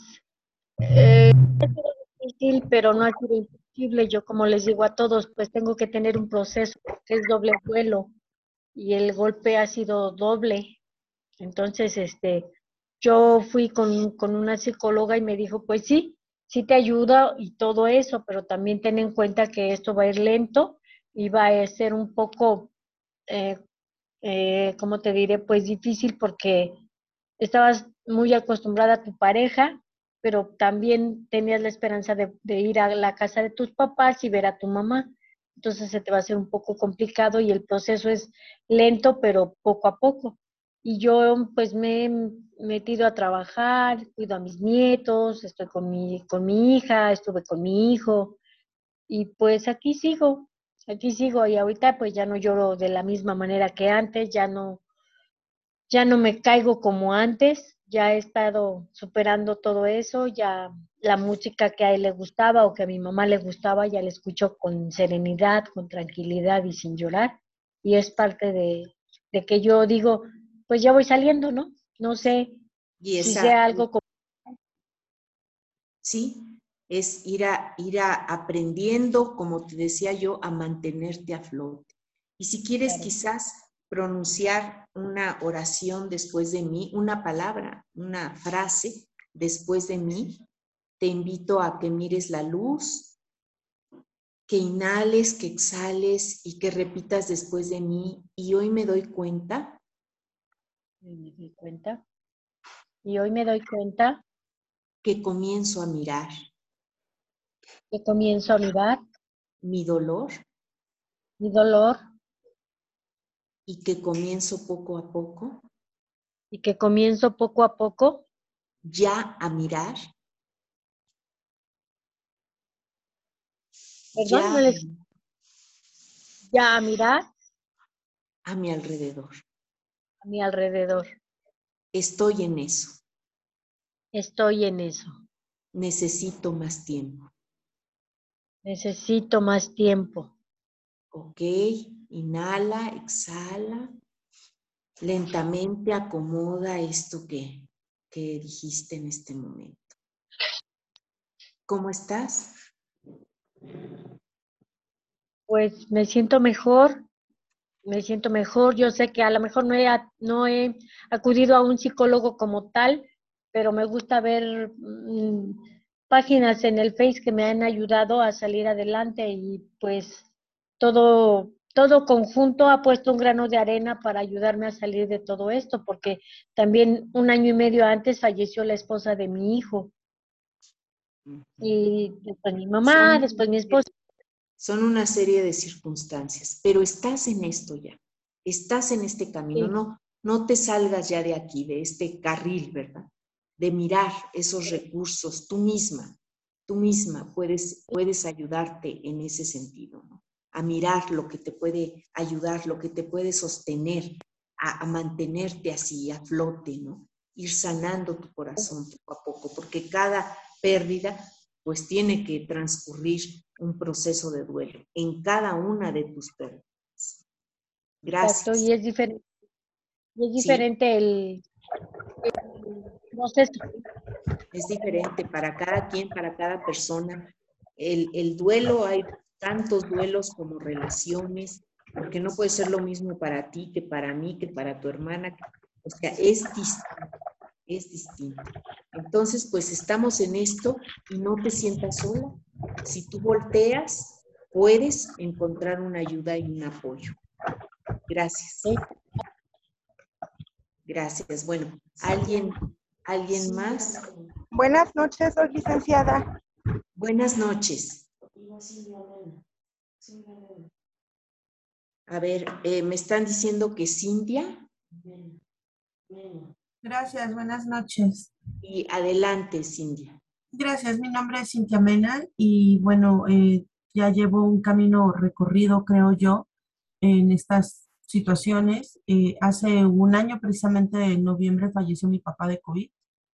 es difícil, pero no ha sido imposible. Yo, como les digo a todos, pues tengo que tener un proceso que es doble vuelo y el golpe ha sido doble. Entonces, yo fui con una psicóloga y me dijo, pues sí, sí te ayuda y todo eso, pero también ten en cuenta que esto va a ir lento y va a ser un poco, eh, ¿cómo te diré? Pues difícil porque estabas muy acostumbrada a tu pareja, pero también tenías la esperanza de ir a la casa de tus papás y ver a tu mamá. Entonces se te va a hacer un poco complicado y el proceso es lento, pero poco a poco. Y yo pues me he metido a trabajar, cuido a mis nietos, estoy con mi hija, estuve con mi hijo y pues aquí sigo y ahorita pues ya no lloro de la misma manera que antes, ya no me caigo como antes, ya he estado superando todo eso, ya la música que a él le gustaba o que a mi mamá le gustaba, ya la escucho con serenidad, con tranquilidad y sin llorar. Y es parte de que yo digo, pues ya voy saliendo, ¿no? No sé Y Si esa, sea algo como sí, es ir a aprendiendo, como te decía yo, a mantenerte a flote. Y si quieres claro. quizás pronunciar una oración después de mí, una palabra, una frase después de mí, te invito a que mires la luz, que inhales, que exhales y que repitas después de mí. Y hoy me doy cuenta Y me doy cuenta. Y hoy me doy cuenta que comienzo a mirar que comienzo a mirar mi dolor mi dolor y que comienzo poco a poco y que comienzo poco a poco ya a mirar, perdón, ya ya a mirar a mi alrededor. a mi alrededor. Estoy en eso. Estoy en eso. Necesito más tiempo. Necesito más tiempo. Ok, inhala, exhala. Lentamente acomoda esto que dijiste en este momento. ¿Cómo estás? Pues me siento mejor. Me siento mejor. Yo sé que a lo mejor no he acudido a un psicólogo como tal, pero me gusta ver páginas en el Face que me han ayudado a salir adelante y pues todo conjunto ha puesto un grano de arena para ayudarme a salir de todo esto, porque también 1 año y medio antes falleció la esposa de mi hijo y después mi mamá, después mi esposa. Son una serie de circunstancias, pero estás en esto ya, estás en este camino, Sí. no te salgas ya de aquí, de este carril, ¿verdad? De mirar esos recursos, tú misma puedes ayudarte en ese sentido, ¿no? A mirar lo que te puede ayudar, lo que te puede sostener, a mantenerte así, a flote, ¿no? Ir sanando tu corazón poco a poco, porque cada pérdida pues tiene que transcurrir un proceso de duelo en cada una de tus pérdidas. Exacto, Gracias. y es Sí, diferente el proceso. es diferente para cada quien, para cada persona. El duelo, hay tantos duelos como relaciones, porque no puede ser lo mismo para ti que para mí, que para tu hermana. O sea, es distinto. Entonces, pues estamos en esto y no te sientas sola. Si tú volteas, puedes encontrar una ayuda y un apoyo. Gracias. ¿Sí? Gracias. Bueno, ¿alguien más? Buenas noches, soy licenciada. Buenas noches. A ver, me están diciendo que Cintia. Gracias, buenas noches. Y adelante, Cintia. Gracias, mi nombre es Cintia Mena y bueno, ya llevo un camino recorrido, creo yo, en estas situaciones. Hace un año, precisamente en noviembre, falleció mi papá de COVID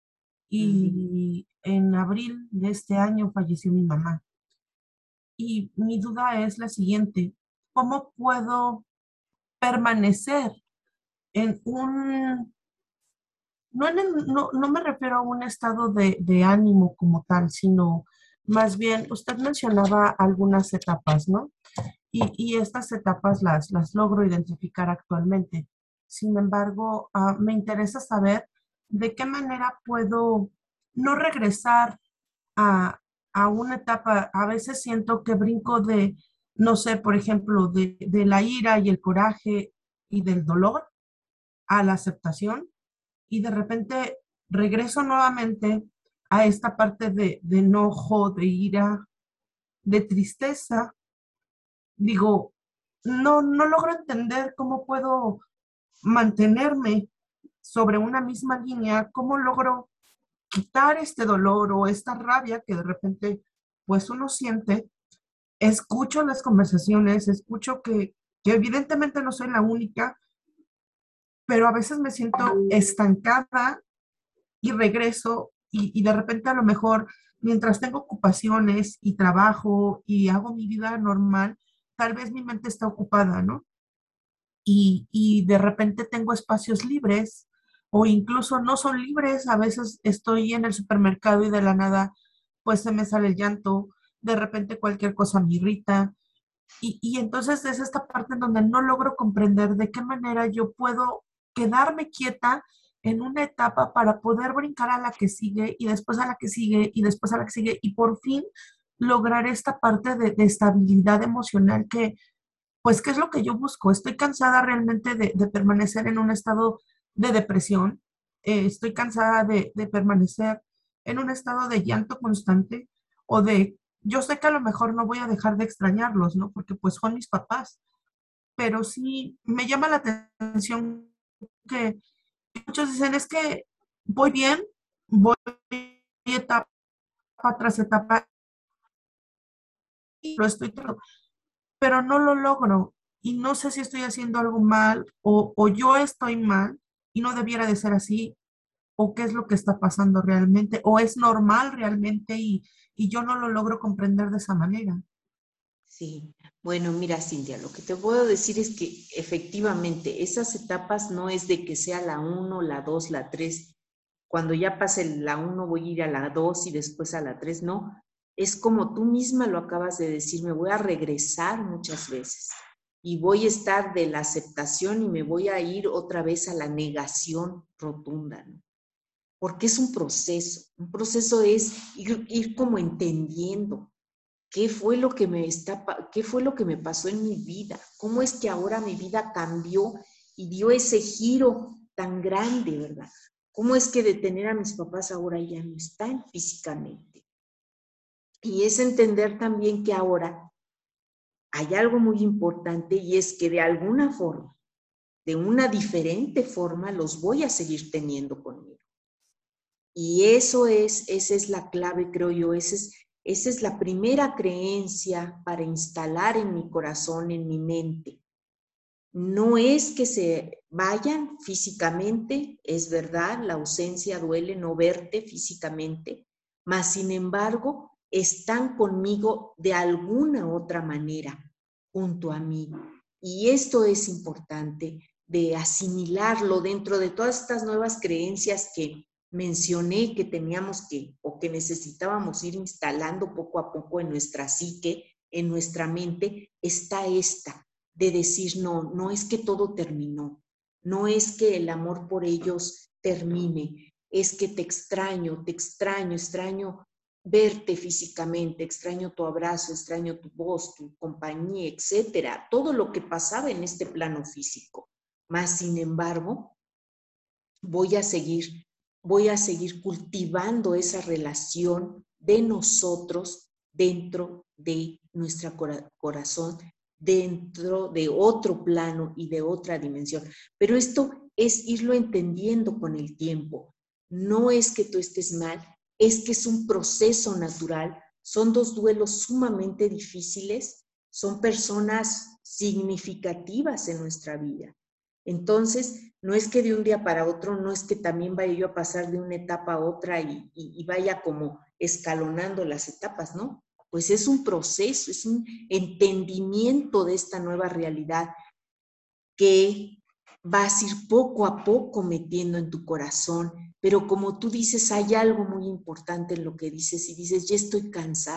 y en abril de este año falleció mi mamá. Y mi duda es la siguiente: ¿cómo puedo permanecer en un no me refiero a un estado de ánimo como tal, sino más bien, usted mencionaba algunas etapas, ¿no? Y estas etapas las logro identificar actualmente. Sin embargo, me interesa saber de qué manera puedo no regresar a, a una etapa. A veces siento que brinco de, no sé, por ejemplo, de la ira y el coraje y del dolor a la aceptación y de repente regreso nuevamente a esta parte de enojo, de ira, de tristeza. Digo, no logro entender cómo puedo mantenerme sobre una misma línea, cómo logro quitar este dolor o esta rabia que de repente pues uno siente. Escucho las conversaciones, escucho que evidentemente no soy la única, pero a veces me siento estancada y regreso y de repente a lo mejor mientras tengo ocupaciones y trabajo y hago mi vida normal, tal vez mi mente está ocupada, ¿no? Y de repente tengo espacios libres o incluso no son libres. A veces estoy en el supermercado y de la nada pues se me sale el llanto, de repente cualquier cosa me irrita. Y entonces es esta parte en donde no logro comprender de qué manera yo puedo quedarme quieta en una etapa para poder brincar a la que sigue y después a la que sigue y después a la que sigue y por fin lograr esta parte de estabilidad emocional que, pues, ¿qué es lo que yo busco? Estoy cansada realmente de permanecer en un estado de depresión. Estoy cansada de permanecer en un estado de llanto constante o de, yo sé que a lo mejor no voy a dejar de extrañarlos, ¿no? Porque pues son mis papás, pero sí me llama la atención que muchos dicen, es que voy bien, voy etapa tras etapa, y lo estoy pero no lo logro y no sé si estoy haciendo algo mal o yo estoy mal y no debiera de ser así o qué es lo que está pasando realmente o es normal realmente y yo no lo logro comprender de esa manera. Sí, bueno, mira, Cintia, lo que te puedo decir es que efectivamente esas etapas no es de que sea la 1, la 2, la 3. Cuando ya pase la 1 voy a ir a la 2 y después a la 3. No, es como tú misma lo acabas de decir, me voy a regresar muchas veces y voy a estar de la aceptación y me voy a ir otra vez a la negación rotunda, ¿no? Porque es un proceso es ir como entendiendo. ¿Qué fue lo que qué fue lo que me pasó en mi vida? ¿Cómo es que ahora mi vida cambió y dio ese giro tan grande, verdad? ¿Cómo es que de tener a mis papás ahora ya no están físicamente? Y es entender también que ahora hay algo muy importante y es que de alguna forma, de una diferente forma, los voy a seguir teniendo conmigo. Y esa es la clave, creo yo, esa es la primera creencia para instalar en mi corazón, en mi mente. No es que se vayan físicamente, es verdad, la ausencia duele, no verte físicamente, mas sin embargo están conmigo de alguna otra manera, junto a mí. Y esto es importante de asimilarlo dentro de todas estas nuevas creencias que mencioné que teníamos que o que necesitábamos ir instalando poco a poco en nuestra psique, en nuestra mente, está esta de decir, no, no es que todo terminó, no es que el amor por ellos termine, es que te extraño, extraño verte físicamente, extraño tu abrazo, extraño tu voz, tu compañía, etcétera, todo lo que pasaba en este plano físico. Mas, sin embargo, voy a seguir cultivando esa relación de nosotros dentro de nuestro corazón, dentro de otro plano y de otra dimensión. Pero esto es irlo entendiendo con el tiempo. No es que tú estés mal, es que es un proceso natural. Son dos duelos sumamente difíciles, son personas significativas en nuestra vida. Entonces, no es que de un día para otro, no es que también vaya yo a pasar de una etapa a otra y vaya como escalonando las etapas, ¿no? Pues es un proceso, es un entendimiento de esta nueva realidad que vas a ir poco a poco metiendo en tu corazón, pero como tú dices, hay algo muy importante en lo que dices y dices, ya estoy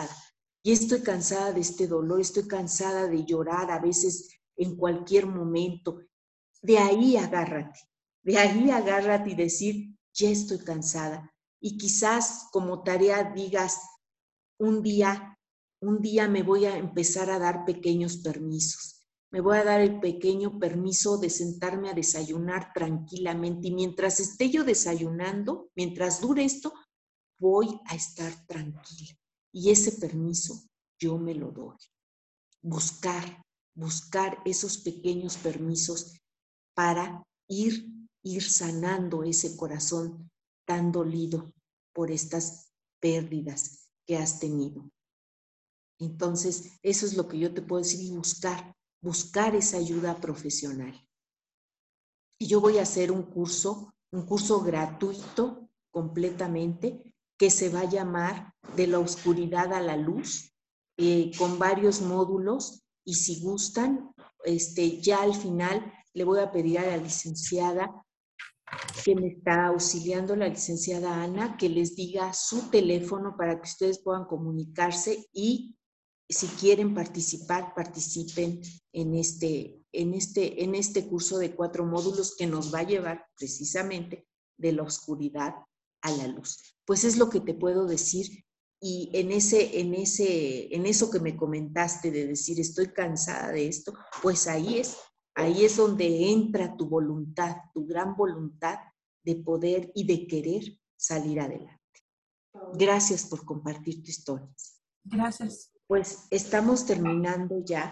cansada de este dolor, estoy cansada de llorar a veces en cualquier momento. De ahí agárrate y decir, ya estoy cansada. Y quizás como tarea digas, un día me voy a empezar a dar pequeños permisos. Me voy a dar el pequeño permiso de sentarme a desayunar tranquilamente y mientras esté yo desayunando, mientras dure esto, voy a estar tranquila. Y ese permiso yo me lo doy. Buscar esos pequeños permisos para ir sanando ese corazón tan dolido por estas pérdidas que has tenido. Entonces, eso es lo que yo te puedo decir y buscar esa ayuda profesional. Y yo voy a hacer un curso gratuito completamente que se va a llamar De la oscuridad a la luz, con varios módulos y si gustan, ya al final le voy a pedir a la licenciada que me está auxiliando la licenciada Ana, que les diga su teléfono para que ustedes puedan comunicarse y si quieren participar, participen en este curso de 4 módulos que nos va a llevar precisamente de la oscuridad a la luz. Pues es lo que te puedo decir. Y en eso que me comentaste de decir estoy cansada de esto, pues ahí es donde entra tu voluntad, tu gran voluntad de poder y de querer salir adelante. Gracias por compartir tu historia. Gracias. Pues estamos terminando ya.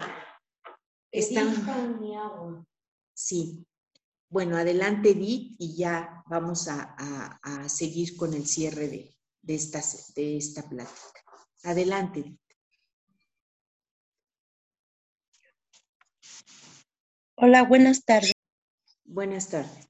Sí. Bueno, adelante Edith y ya vamos a seguir con el cierre de esta plática. Adelante Edith. Hola, buenas tardes. Buenas tardes.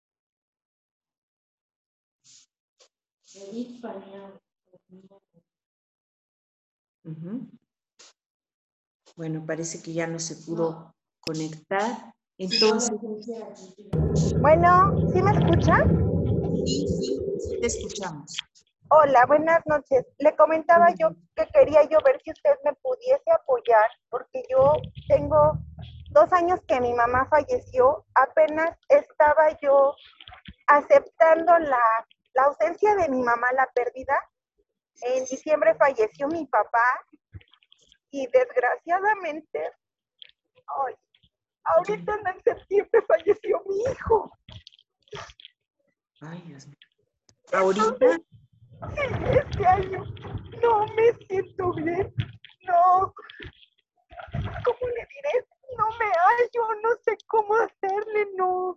Bueno, parece que ya no se pudo conectar. Entonces. Bueno, ¿sí me escuchan? Sí, te escuchamos. Hola, buenas noches. Le comentaba yo que quería yo ver si usted me pudiese apoyar, porque yo tengo 2 años que mi mamá falleció. Apenas estaba yo aceptando la ausencia de mi mamá, la pérdida. En diciembre falleció mi papá y desgraciadamente, ahorita en septiembre falleció mi hijo. Ay, Dios mío. ¿Ahorita? Sí, este año no me siento bien, no, ¿cómo le diré? No me hallo, no sé cómo hacerle, no.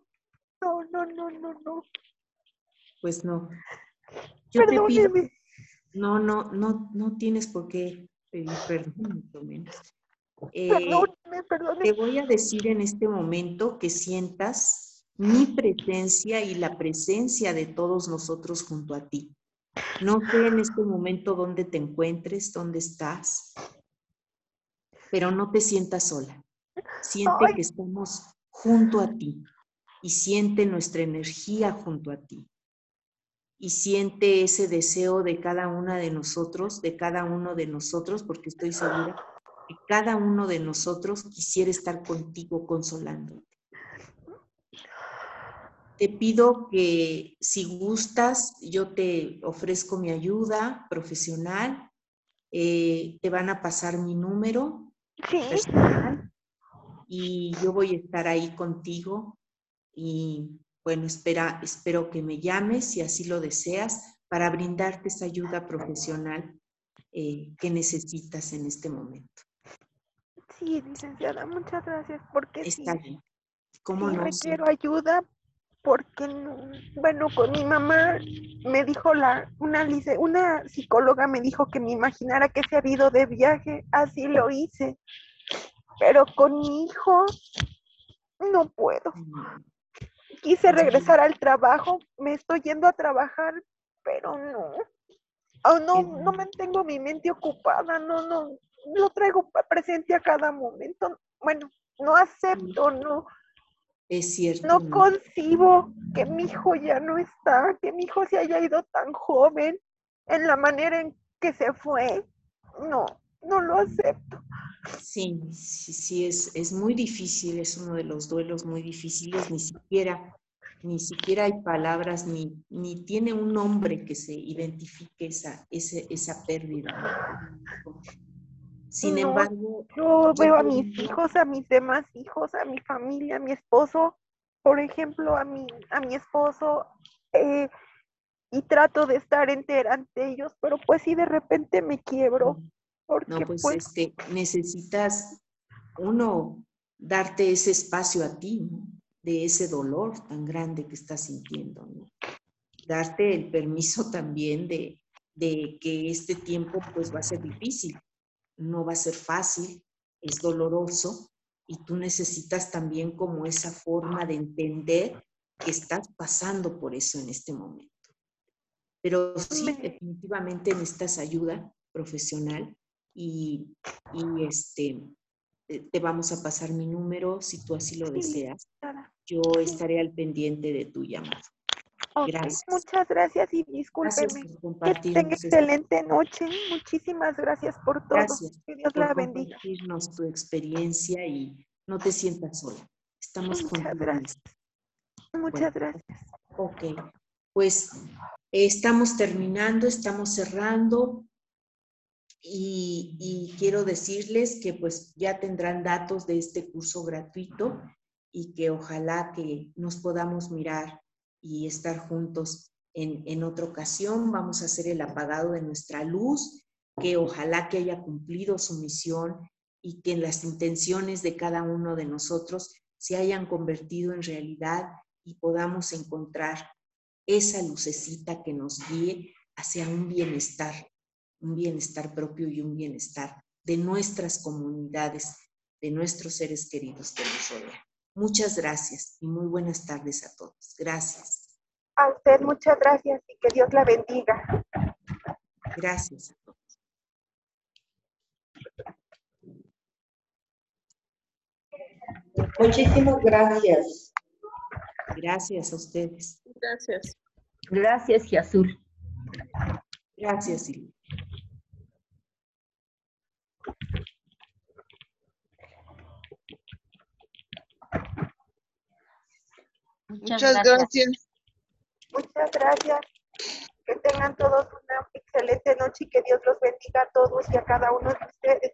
Pues no. Yo te pido, Perdóneme. no tienes por qué pedir perdón, mucho menos. Perdóneme. Te voy a decir en este momento que sientas mi presencia y la presencia de todos nosotros junto a ti. No sé en este momento dónde te encuentres, dónde estás, pero no te sientas sola. Siente que estamos junto a ti y siente nuestra energía junto a ti. Y siente ese deseo de cada una de nosotros, de cada uno de nosotros, porque estoy segura que cada uno de nosotros quisiera estar contigo consolándote. Te pido que si gustas, yo te ofrezco mi ayuda profesional. Te van a pasar mi número personal y yo voy a estar ahí contigo. Y bueno, espero que me llames si así lo deseas para brindarte esa ayuda profesional que necesitas en este momento. Sí, licenciada, muchas gracias, porque Está sí, bien. ¿Cómo sí no? requiero ayuda, porque bueno, con mi mamá me dijo una psicóloga me dijo que me imaginara que se había ido de viaje, así lo hice, pero con mi hijo no puedo. Quise regresar al trabajo, me estoy yendo a trabajar, pero no mantengo mi mente ocupada, no lo traigo presente a cada momento. Bueno, no acepto, Es cierto. no concibo que mi hijo ya no está, que mi hijo se haya ido tan joven, en la manera en que se fue. No lo acepto. Sí, es muy difícil, es uno de los duelos muy difíciles, ni siquiera hay palabras, ni tiene un nombre que se identifique esa pérdida, ¿no? Sin embargo, yo veo a mis hijos, a mis demás hijos, a mi familia, a mi esposo, por ejemplo, a mi esposo, y trato de estar entera ante ellos, pero pues sí, de repente me quiebro, porque no, pues necesitas darte ese espacio a ti, ¿no? De ese dolor tan grande que estás sintiendo, ¿no? Darte el permiso también de que este tiempo pues va a ser difícil, no va a ser fácil, es doloroso y tú necesitas también como esa forma de entender que estás pasando por eso en este momento. Pero sí, definitivamente necesitas ayuda profesional y te vamos a pasar mi número si tú así lo Sí, deseas. licenciada. Yo estaré al pendiente de tu llamada. Ok, Gracias. muchas gracias y Gracias discúlpeme. por Que compartirnos tenga esto. excelente noche. Muchísimas gracias por todo. Gracias Que Dios por la bendiga. compartirnos tu experiencia y no te sientas sola. Estamos Muchas contigo en gracias. esto. Muchas Bueno, gracias. ok. Pues estamos terminando, estamos cerrando y quiero decirles que pues ya tendrán datos de este curso gratuito y que ojalá que nos podamos mirar y estar juntos en otra ocasión. Vamos a hacer el apagado de nuestra luz, que ojalá que haya cumplido su misión y que las intenciones de cada uno de nosotros se hayan convertido en realidad y podamos encontrar esa lucecita que nos guíe hacia un bienestar propio y un bienestar de nuestras comunidades, de nuestros seres queridos que nos rodean. Muchas gracias y muy buenas tardes a todos. Gracias. A usted muchas gracias y que Dios la bendiga. Gracias a todos. Muchísimas gracias. Gracias a ustedes. Gracias. Gracias, y Azul. Gracias, Silvia. Muchas gracias. Muchas gracias. Que tengan todos una excelente noche y que Dios los bendiga a todos y a cada uno de ustedes.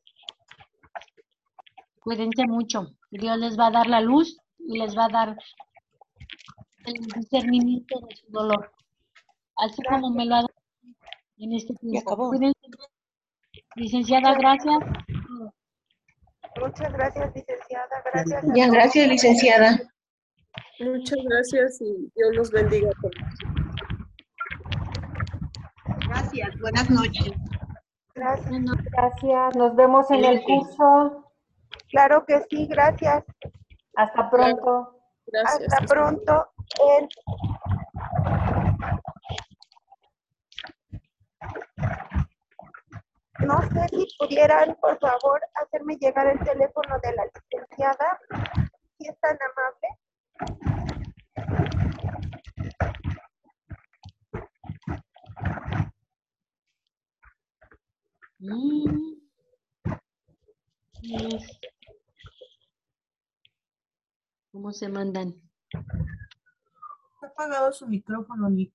Cuídense mucho. Dios les va a dar la luz y les va a dar el discernimiento de su dolor. Así como me lo ha dado en este tiempo. Cuídense. Licenciada, gracias. Muchas gracias, licenciada. Gracias a Ya, todos. gracias, licenciada. Muchas gracias y Dios los bendiga a todos. Gracias, buenas noches. Gracias. Bueno, Gracias. Nos vemos en el curso. Claro que sí, gracias. Hasta pronto. Gracias. Hasta pronto. No sé si pudieran, por favor, hacerme llegar el teléfono de la licenciada, si es tan amable. ¿Cómo se mandan? Está apagado su micrófono, Lick.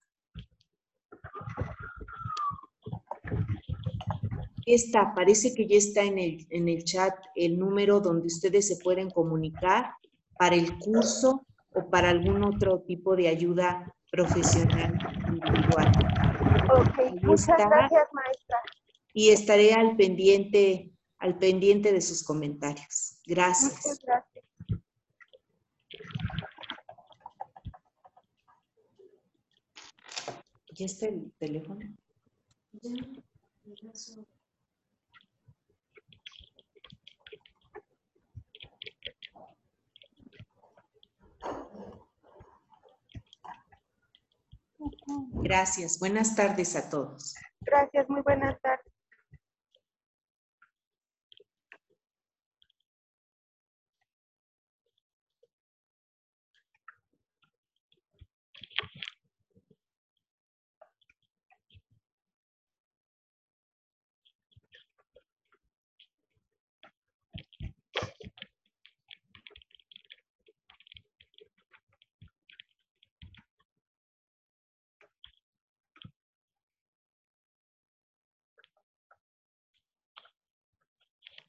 Está, parece que ya está en el chat el número donde ustedes se pueden comunicar para el curso o para algún otro tipo de ayuda profesional individual. Ok, Ahí muchas está. gracias, maestra. Y estaré al pendiente de sus comentarios. Gracias. Muchas gracias. ¿Ya está el teléfono? Ya. Gracias. Buenas tardes a todos. Gracias, muy buenas tardes.